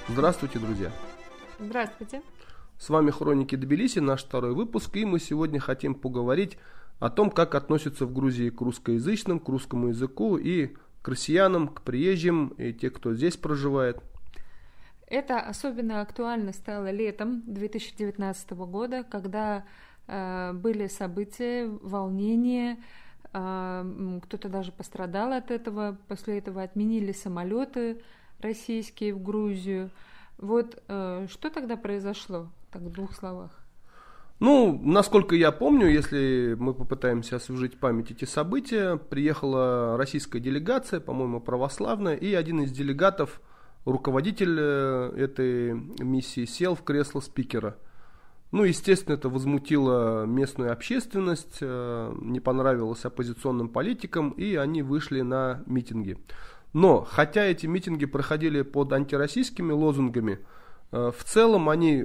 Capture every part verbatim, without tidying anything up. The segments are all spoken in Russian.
Здравствуйте, друзья! Здравствуйте! С вами Хроники Тбилиси, наш второй выпуск, и мы сегодня хотим поговорить о том, как относятся в Грузии к русскоязычным, к русскому языку и к россиянам, к приезжим и те, кто здесь проживает. Это особенно актуально стало летом две тысячи девятнадцатого года, когда э, были события, волнения, э, кто-то даже пострадал от этого, после этого отменили самолеты российские в Грузию. Вот э, что тогда произошло, так в двух словах? Ну, насколько я помню, если мы попытаемся освежить память эти события, приехала российская делегация, по-моему, православная, и один из делегатов, руководитель этой миссии, сел в кресло спикера. Ну, естественно, это возмутило местную общественность, не понравилось оппозиционным политикам, и они вышли на митинги. Но, хотя эти митинги проходили под антироссийскими лозунгами, в целом они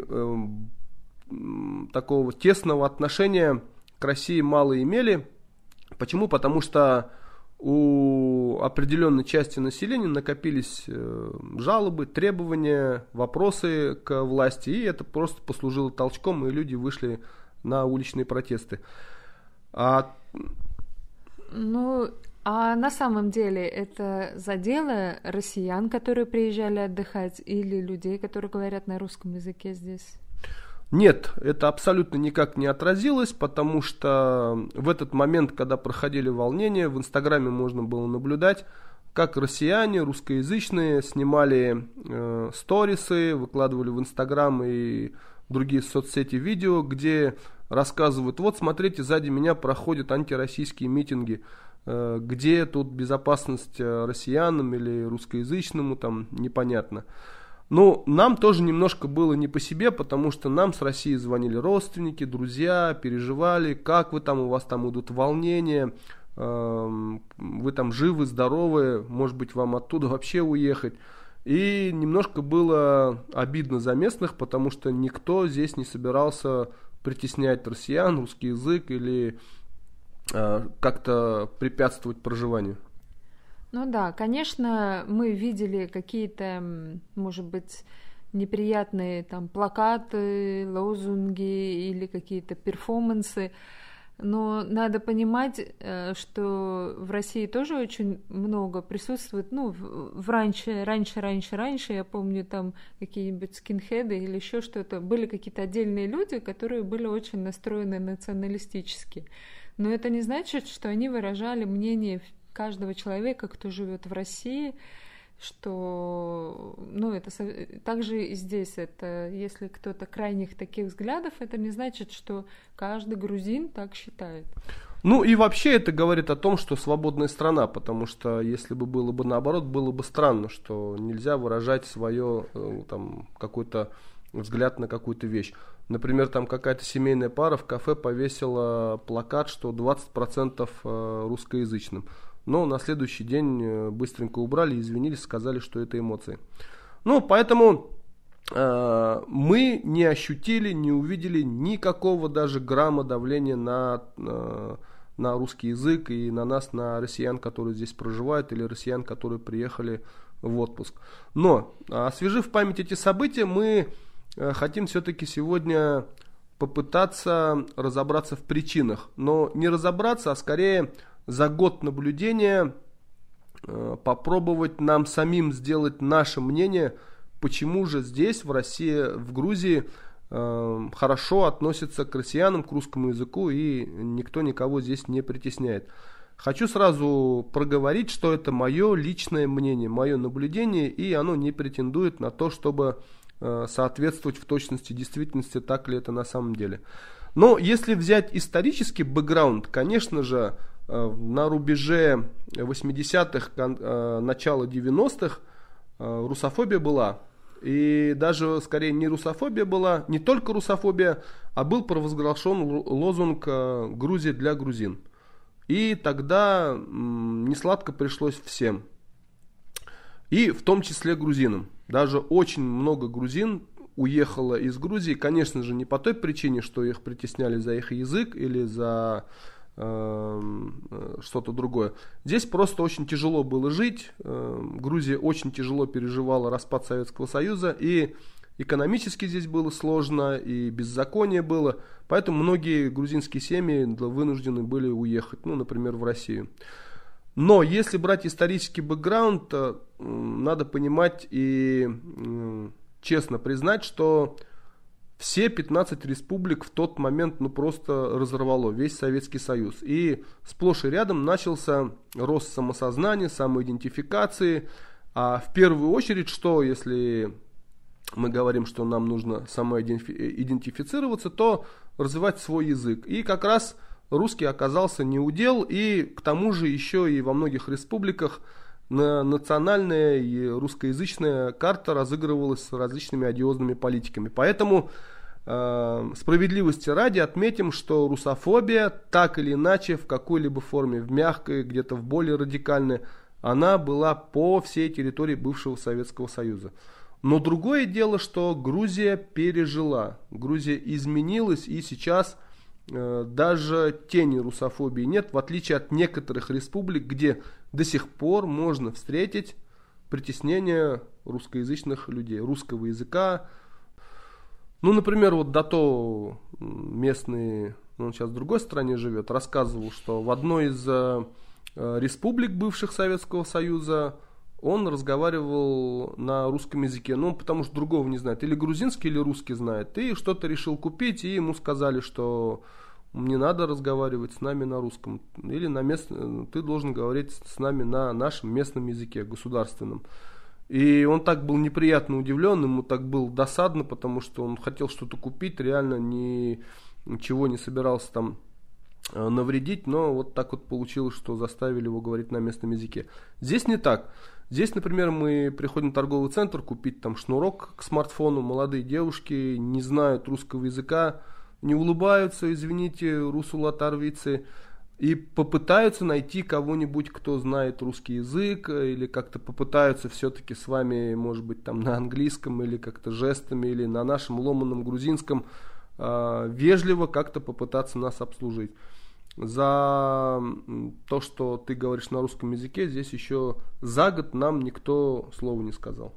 такого тесного отношения к России мало имели. Почему? Потому что у определенной части населения накопились жалобы, требования, вопросы к власти, и это просто послужило толчком, и люди вышли на уличные протесты. А... Ну... А на самом деле это задело россиян, которые приезжали отдыхать, или людей, которые говорят на русском языке здесь? Нет, это абсолютно никак не отразилось, потому что в этот момент, когда проходили волнения, в Инстаграме можно было наблюдать, как россияне, русскоязычные, снимали э, сторисы, выкладывали в Инстаграм и другие соцсети видео, где рассказывают: вот смотрите, сзади меня проходят антироссийские митинги. Где тут безопасность россиянам или русскоязычному, там непонятно. Но нам тоже немножко было не по себе, потому что нам с России звонили родственники, друзья, переживали, как вы там, у вас там идут волнения, вы там живы, здоровы, может быть, вам оттуда вообще уехать. И немножко было обидно за местных, потому что никто здесь не собирался притеснять россиян, русский язык или как-то препятствовать проживанию. Ну да, конечно, мы видели какие-то, может быть, неприятные там плакаты, лозунги или какие-то перформансы, но надо понимать, что в России тоже очень много присутствует, ну, в раньше, раньше, раньше, раньше, я помню, там какие-нибудь скинхеды или еще что-то, были какие-то отдельные люди, которые были очень настроены националистически. Но это не значит, что они выражали мнение каждого человека, кто живет в России, что, ну, это также и здесь, это, если кто-то крайних таких взглядов, это не значит, что каждый грузин так считает. Ну и вообще это говорит о том, что свободная страна, потому что если бы было бы наоборот, было бы странно, что нельзя выражать свое там какой-то взгляд на какую-то вещь. Например, там какая-то семейная пара в кафе повесила плакат, что двадцать процентов русскоязычным. Но на следующий день быстренько убрали, извинились, сказали, что это эмоции. Ну, поэтому э, мы не ощутили, не увидели никакого даже грамма давления на, э, на русский язык и на нас, на россиян, которые здесь проживают, или россиян, которые приехали в отпуск. Но, освежив в память эти события, мы хотим все-таки сегодня попытаться разобраться в причинах. Но не разобраться, а скорее за год наблюдения э, попробовать нам самим сделать наше мнение, почему же здесь, в России, в Грузии, э, хорошо относятся к россиянам, к русскому языку, и никто никого здесь не притесняет. Хочу сразу проговорить, что это мое личное мнение, мое наблюдение, и оно не претендует на то, чтобы соответствовать в точности действительности, так ли это на самом деле. Но если взять исторический бэкграунд, конечно же, на рубеже восьмидесятых, начала девяностых русофобия была. И даже скорее не русофобия была, не только русофобия, а был провозглашен лозунг «Грузия для грузин». И тогда несладко пришлось всем. И в том числе грузинам. Даже очень много грузин уехало из Грузии, конечно же, не по той причине, что их притесняли за их язык или за что-то другое. Здесь просто очень тяжело было жить. Грузия очень тяжело переживала распад Советского Союза, и экономически здесь было сложно, и беззаконие было. Поэтому многие грузинские семьи вынуждены были уехать, ну, например, в Россию. Но если брать исторический бэкграунд, то надо понимать и честно признать, что все пятнадцать республик в тот момент ну, просто разорвало весь Советский Союз. И сплошь и рядом начался рост самосознания, самоидентификации. А в первую очередь, что если мы говорим, что нам нужно самоидентифицироваться, то развивать свой язык. И как раз русский оказался неудел, и к тому же еще и во многих республиках национальная и русскоязычная карта разыгрывалась с различными одиозными политиками. Поэтому э, справедливости ради отметим, что русофобия так или иначе в какой-либо форме, в мягкой, где-то в более радикальной, она была по всей территории бывшего Советского Союза. Но другое дело, что Грузия пережила, Грузия изменилась, и сейчас э, даже тени русофобии нет, в отличие от некоторых республик, где до сих пор можно встретить притеснение русскоязычных людей, русского языка. Ну, например, вот Дато, местный, он сейчас в другой стране живет, рассказывал, что в одной из э, республик бывших Советского Союза он разговаривал на русском языке, ну, потому что другого не знает, или грузинский, или русский знает, и что-то решил купить, и ему сказали, что не надо разговаривать с нами на русском, или на мест... ты должен говорить с нами на нашем местном языке, государственном. И он так был неприятно удивлен, ему так было досадно, потому что он хотел что-то купить, реально ни... ничего не собирался там навредить, но вот так вот получилось, что заставили его говорить на местном языке. Здесь не так. Здесь, например, мы приходим в торговый центр купить там шнурок к смартфону, молодые девушки не знают русского языка, не улыбаются, извините, русулатарвицы, и попытаются найти кого-нибудь, кто знает русский язык, или как-то попытаются все-таки с вами, может быть, там на английском, или как-то жестами, или на нашем ломаном грузинском, э, вежливо как-то попытаться нас обслужить. За то, что ты говоришь на русском языке, здесь еще за год нам никто слова не сказал.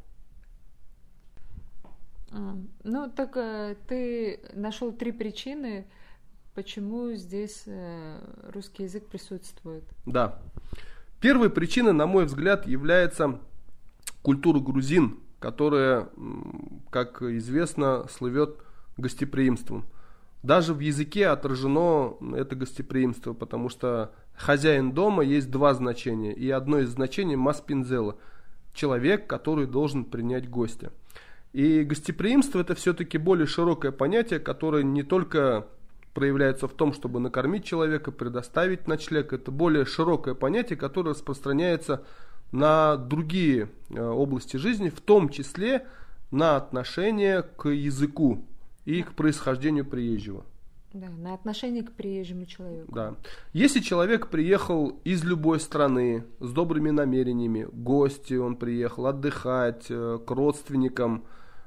Ну, так ты нашел три причины, почему здесь русский язык присутствует. Да. Первой причиной, на мой взгляд, является культура грузин, которая, как известно, слывет гостеприимством. Даже в языке отражено это гостеприимство, потому что хозяин дома есть два значения, и одно из значений маспинзела – человек, который должен принять гостя. И гостеприимство – это все-таки более широкое понятие, которое не только проявляется в том, чтобы накормить человека, предоставить ночлег. Это более широкое понятие, которое распространяется на другие области жизни, в том числе на отношение к языку и к происхождению приезжего. Да, на отношение к приезжему человеку. Да. Если человек приехал из любой страны с добрыми намерениями, гости, он приехал отдыхать, к родственникам,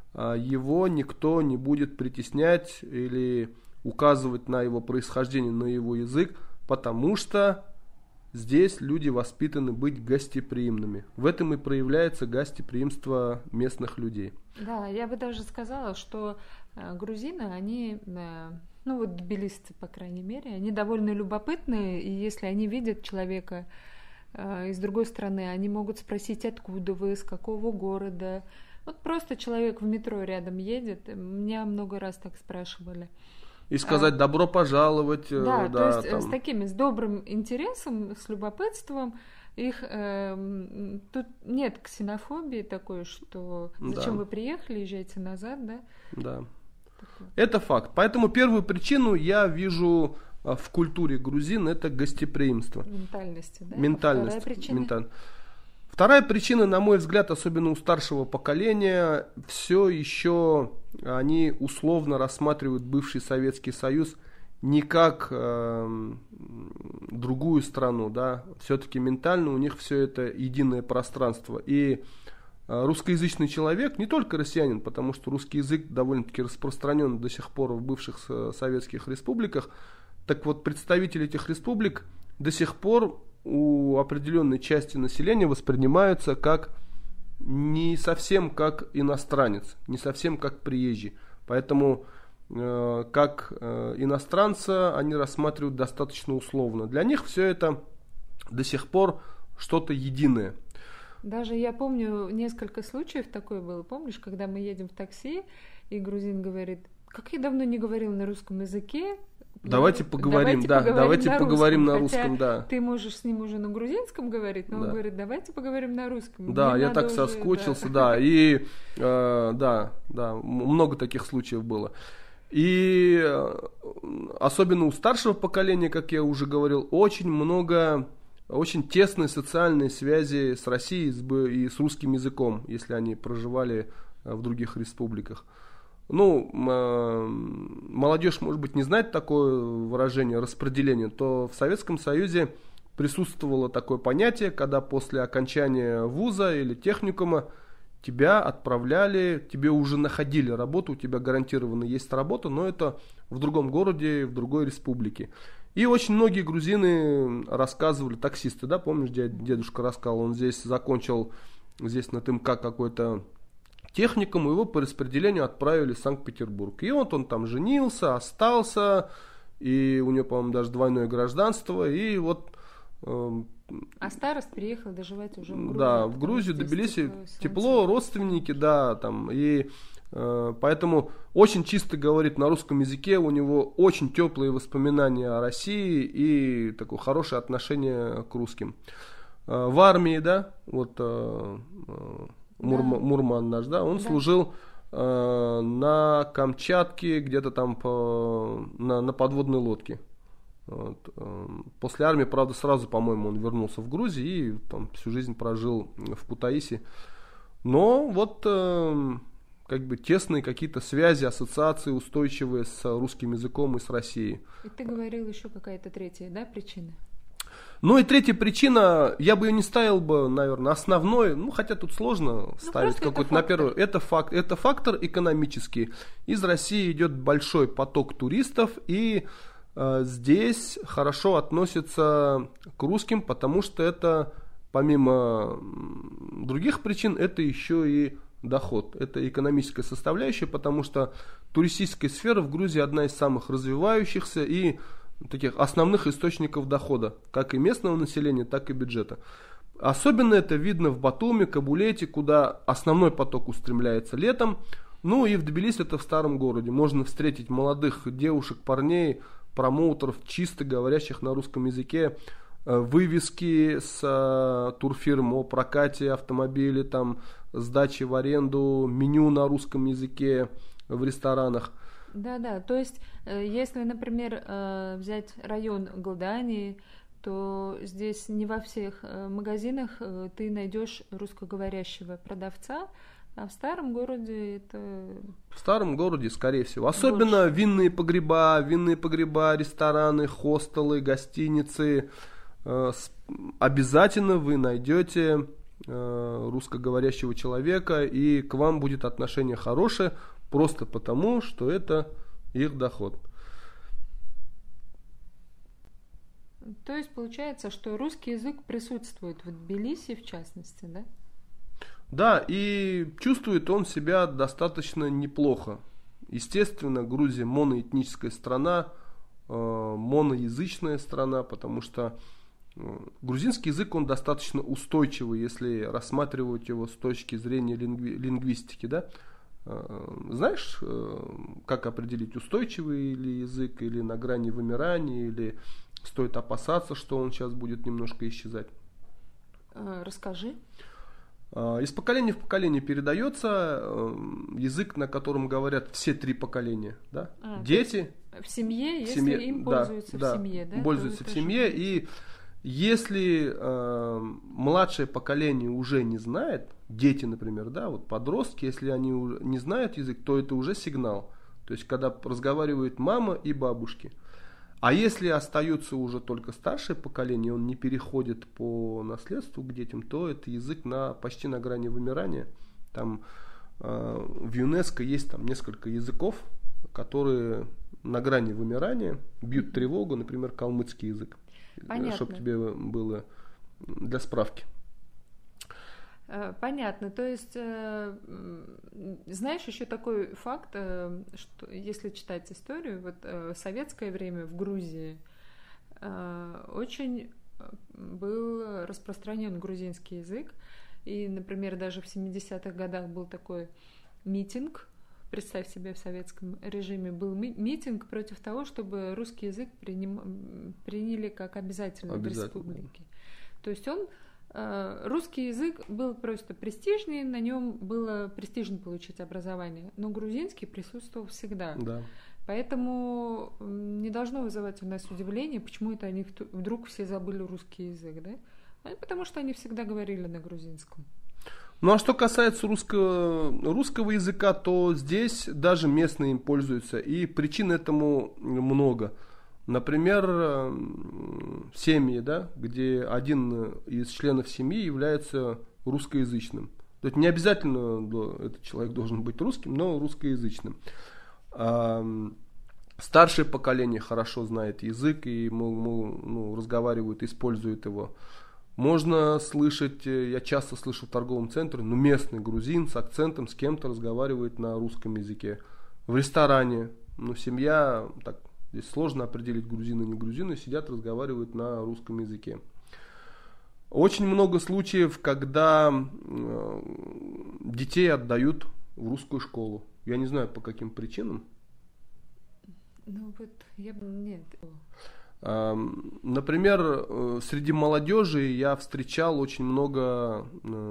его никто не будет притеснять или указывать на его происхождение, на его язык, потому что здесь люди воспитаны быть гостеприимными. В этом и проявляется гостеприимство местных людей. Да, я бы даже сказала, что грузины, они, ну вот тбилисцы, по крайней мере, они довольно любопытные, и если они видят человека э, из другой страны, они могут спросить, откуда вы, с какого города. Вот просто человек в метро рядом едет, меня много раз так спрашивали. И сказать а, «добро пожаловать». Да, да, то есть там. с таким, с добрым интересом, с любопытством. Их э, тут нет ксенофобии такой, что зачем да. вы приехали, езжайте назад, да? Да. Это факт. Поэтому первую причину я вижу в культуре грузин, это гостеприимство. Ментальности, да? Ментальность. А вторая причина? Менталь... Вторая причина, на мой взгляд, особенно у старшего поколения, все еще они условно рассматривают бывший Советский Союз не как э, другую страну, да, все-таки ментально у них все это единое пространство. И э, русскоязычный человек, не только россиянин, потому что русский язык довольно-таки распространен до сих пор в бывших советских республиках, Так вот, представители этих республик до сих пор у определенной части населения воспринимаются как не совсем как иностранец, не совсем как приезжий. Поэтому э, как э, иностранца они рассматривают достаточно условно. Для них все это до сих пор что-то единое. Даже я помню, несколько случаев такое было. Помнишь, когда мы едем в такси, и грузин говорит: как я давно не говорил на русском языке. Давайте поговорим, давайте да, поговорим давайте на поговорим русском. на русском, Хотя да. Ты можешь с ним уже на грузинском говорить, но да. он говорит: давайте поговорим на русском. Да, Мне я так уже, соскучился, да. да, и э, да, да, много таких случаев было. И э, особенно у старшего поколения, как я уже говорил, очень много, очень тесные социальные связи с Россией и с русским языком, если они проживали в других республиках. Ну, молодежь, может быть, не знает такое выражение распределение, то в Советском Союзе присутствовало такое понятие, когда после окончания вуза или техникума тебя отправляли, тебе уже находили работу, у тебя гарантированно есть работа, но это в другом городе, в другой республике. И очень многие грузины рассказывали, таксисты, да, помнишь, дедушка рассказал, он здесь закончил, здесь на ТМК какой-то техникум, его по распределению отправили в Санкт-Петербург. И вот он там женился, остался, и у него, по-моему, даже двойное гражданство, и вот... Э, а старост приехал доживать уже в Грузию. Да, в Грузию, до Тбилиси, тепло, родственники, да, там, и э, поэтому очень чисто говорит на русском языке, у него очень теплые воспоминания о России и такое хорошее отношение к русским. Э, в армии, да, вот... Э, Мурма, да. Мурман наш, да, он да. служил э, на Камчатке, где-то там по, на, на подводной лодке. Вот. После армии, правда, сразу, по-моему, он вернулся в Грузию и там всю жизнь прожил в Кутаиси. Но вот э, как бы тесные какие-то связи, ассоциации устойчивые с русским языком и с Россией. И ты говорил еще какая-то третья, да, причина? Ну и третья причина, я бы ее не ставил бы, наверное, основной, ну хотя тут сложно ну, ставить какой-то на первую. Это факт, это фактор экономический. Из России идет большой поток туристов, и э, здесь хорошо относятся к русским, потому что это, помимо других причин, это еще и доход. Это экономическая составляющая, потому что туристическая сфера в Грузии одна из самых развивающихся и таких основных источников дохода, как и местного населения, так и бюджета. Особенно это видно в Батуми, Кабулете, куда основной поток устремляется летом. Ну и в Тбилиси, это в старом городе. Можно встретить молодых девушек, парней, промоутеров, чисто говорящих на русском языке, вывески с турфирм о прокате автомобилей, там, сдаче в аренду, меню на русском языке в ресторанах. Да, да, то есть, если, например, взять район Гладани, то здесь не во всех магазинах ты найдешь русскоговорящего продавца, а в старом городе это... В старом городе, скорее всего. Особенно больше. Винные погреба, винные погреба, рестораны, хостелы, гостиницы. Обязательно вы найдете русскоговорящего человека, и к вам будет отношение хорошее, просто потому, что это их доход. То есть получается, что русский язык присутствует в Тбилиси, в частности, да? Да, и чувствует он себя достаточно неплохо. Естественно, Грузия моноэтническая страна, моноязычная страна, потому что грузинский язык, он достаточно устойчивый, если рассматривать его с точки зрения лингви- лингвистики, да? Знаешь, как определить, устойчивый ли язык, или на грани вымирания, или стоит опасаться, что он сейчас будет немножко исчезать? Расскажи. Из поколения в поколение передается язык, на котором говорят все три поколения. Да? А, дети. В семье, если в семье, им да, пользуются да, в семье, да? Пользуются в семье, и если э, младшее поколение уже не знает, дети, например, да, вот подростки, если они не знают язык, то это уже сигнал. То есть, когда разговаривают мама и бабушки. А если остаются уже только старшее поколение, он не переходит по наследству к детям, то это язык на, почти на грани вымирания. Там э, в ЮНЕСКО есть там несколько языков, которые на грани вымирания, бьют тревогу, например, калмыцкий язык. Понятно. Чтобы тебе было для справки. Понятно. То есть, знаешь, еще такой факт, что если читать историю, вот в советское время в Грузии очень был распространен грузинский язык. И, например, даже в семидесятых годах был такой митинг, представь себе, в советском режиме был ми- митинг против того, чтобы русский язык приним, приняли как обязательный, обязательно в республике. То есть он, э, русский язык был просто престижный, на нем было престижно получить образование, но грузинский присутствовал всегда. Да. Поэтому не должно вызывать у нас удивление, почему это они вдруг все забыли русский язык, да? Потому что они всегда говорили на грузинском. Ну а что касается русского, русского языка, то здесь даже местные им пользуются. И причин этому много. Например, семьи, да, где один из членов семьи является русскоязычным. То есть не обязательно этот человек должен быть русским, но русскоязычным. Старшее поколение хорошо знает язык и ну, разговаривают, используют его. Можно слышать, я часто слышу в торговом центре, ну, местный грузин с акцентом с кем-то разговаривает на русском языке. В ресторане, ну, семья, так, здесь сложно определить, грузины, не грузины, сидят, разговаривают на русском языке. Очень много случаев, когда э, детей отдают в русскую школу. Я не знаю, по каким причинам. Ну, вот, я бы, нет... Например, среди молодежи я встречал очень много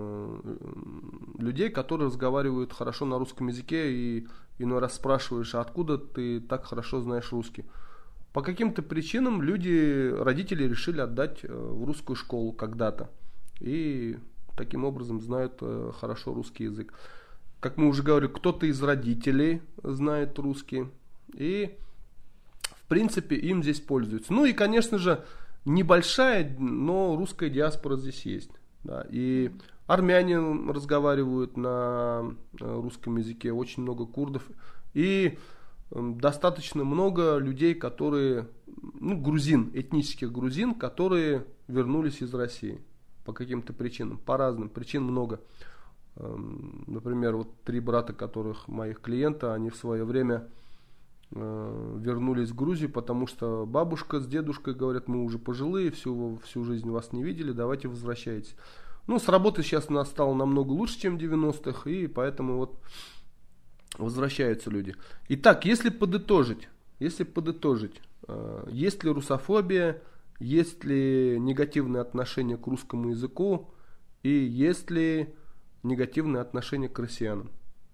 людей, которые разговаривают хорошо на русском языке, и иной раз спрашиваешь, а откуда ты так хорошо знаешь русский? По каким-то причинам люди, родители решили отдать в русскую школу когда-то, и таким образом знают хорошо русский язык. Как мы уже говорили, кто-то из родителей знает русский, и в принципе, им здесь пользуются. Ну и, конечно же, небольшая, но русская диаспора здесь есть. Да. И армяне разговаривают на русском языке, очень много курдов. И достаточно много людей, которые, ну, грузин, этнических грузин, которые вернулись из России по каким-то причинам, по разным причинам много. Например, вот три брата, которых моих клиента, они в свое время вернулись в Грузию, потому что бабушка с дедушкой говорят, мы уже пожилые, всю, всю жизнь вас не видели, давайте возвращайтесь. Ну, с работы сейчас нас стало намного лучше, чем в девяностых, и поэтому вот возвращаются люди. Итак, если подытожить, если подытожить, есть ли русофобия, есть ли негативное отношение к русскому языку и есть ли негативное отношение к россиянам?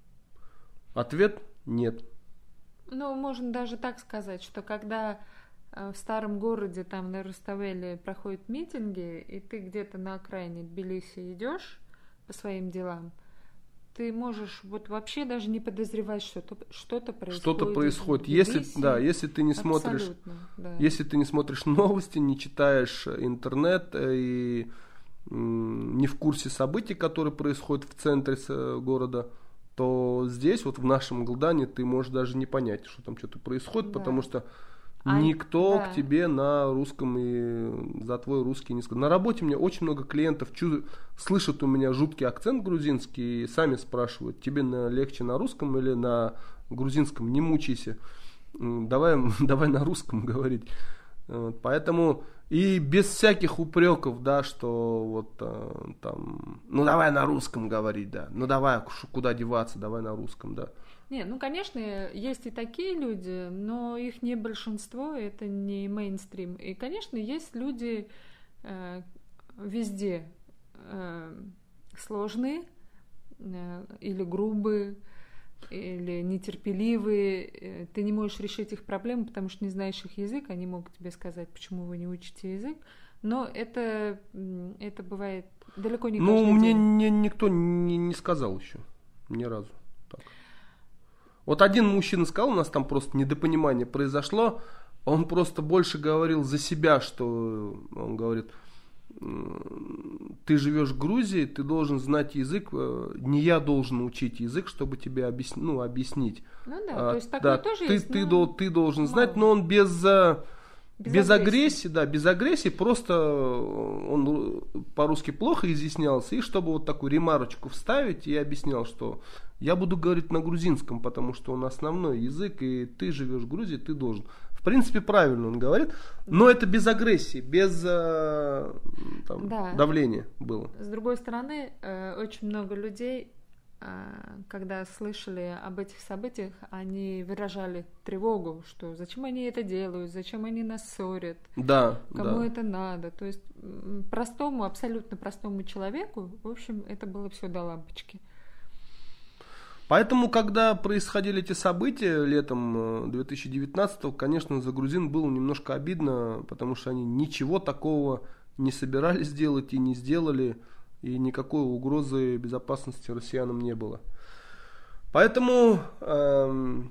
Ответ – нет. Ну, можно даже так сказать, что когда в старом городе, там на Руставели проходят митинги, и ты где-то на окраине Тбилиси идешь по своим делам, ты можешь вот вообще даже не подозревать, что что-то происходит. Что-то происходит. Если, да, если ты не смотришь, да. если ты не смотришь новости, не читаешь интернет и не в курсе событий, которые происходят в центре города, то здесь, вот в нашем Галдане, ты можешь даже не понять, что там что-то происходит, да. потому что а, никто да. к тебе на русском и за твой русский не скажет. На работе у меня очень много клиентов чу- слышат у меня жуткий акцент грузинский и сами спрашивают, тебе на, легче на русском или на грузинском, не мучайся, давай, давай на русском говорить. Поэтому и без всяких упреков, да, что вот а, там, ну давай на русском говорить, да, ну давай, куда деваться, давай на русском, да. Не, ну конечно, есть и такие люди, но их не большинство, это не мейнстрим. И, конечно, есть люди э, везде э, сложные э, или грубые, или нетерпеливые, ты не можешь решить их проблемы, потому что не знаешь их язык, они могут тебе сказать, почему вы не учите язык, но это, это бывает далеко не каждый Ну, мне день. Не, никто не, не сказал еще, ни разу. Так. Вот один мужчина сказал, у нас там просто недопонимание произошло, он просто больше говорил за себя, что он говорит, ты живешь в Грузии, ты должен знать язык, не я должен учить язык, чтобы тебе объяс... ну, объяснить. Ну да, а, то есть такое да, тоже ты, есть. Ты, но... ты должен мало. знать, но он без, без, без агрессии. агрессии, да, без агрессии, просто он по-русски плохо изъяснялся, и чтобы вот такую ремарочку вставить, я объяснял, что я буду говорить на грузинском, потому что он основной язык, и ты живешь в Грузии, ты должен. В принципе, правильно он говорит, но это без агрессии, без там, да. давления было. С другой стороны, очень много людей, когда слышали об этих событиях, они выражали тревогу, что зачем они это делают, зачем они нас ссорят, да, кому да. это надо. То есть простому, абсолютно простому человеку, в общем, это было все до лампочки. Поэтому, когда происходили эти события летом две тысячи девятнадцатого, конечно, за грузин было немножко обидно, потому что они ничего такого не собирались делать и не сделали, и никакой угрозы безопасности россиянам не было. Поэтому э,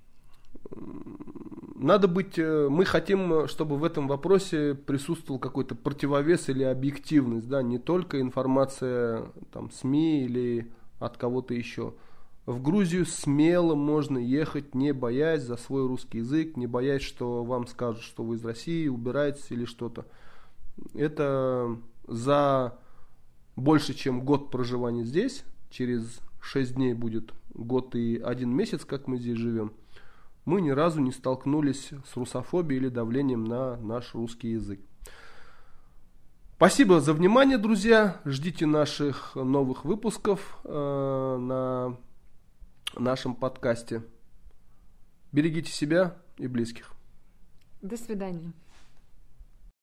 надо быть, мы хотим, чтобы в этом вопросе присутствовал какой-то противовес или объективность, да, не только информация там, СМИ или от кого-то еще. В Грузию смело можно ехать, не боясь за свой русский язык, не боясь, что вам скажут, что вы из России, убираетесь или что-то. Это за больше, чем год проживания здесь. Через шесть дней будет год и один месяц, как мы здесь живем. Мы ни разу не столкнулись с русофобией или давлением на наш русский язык. Спасибо за внимание, друзья. Ждите наших новых выпусков э, на нашем подкасте. Берегите себя и близких. До свидания.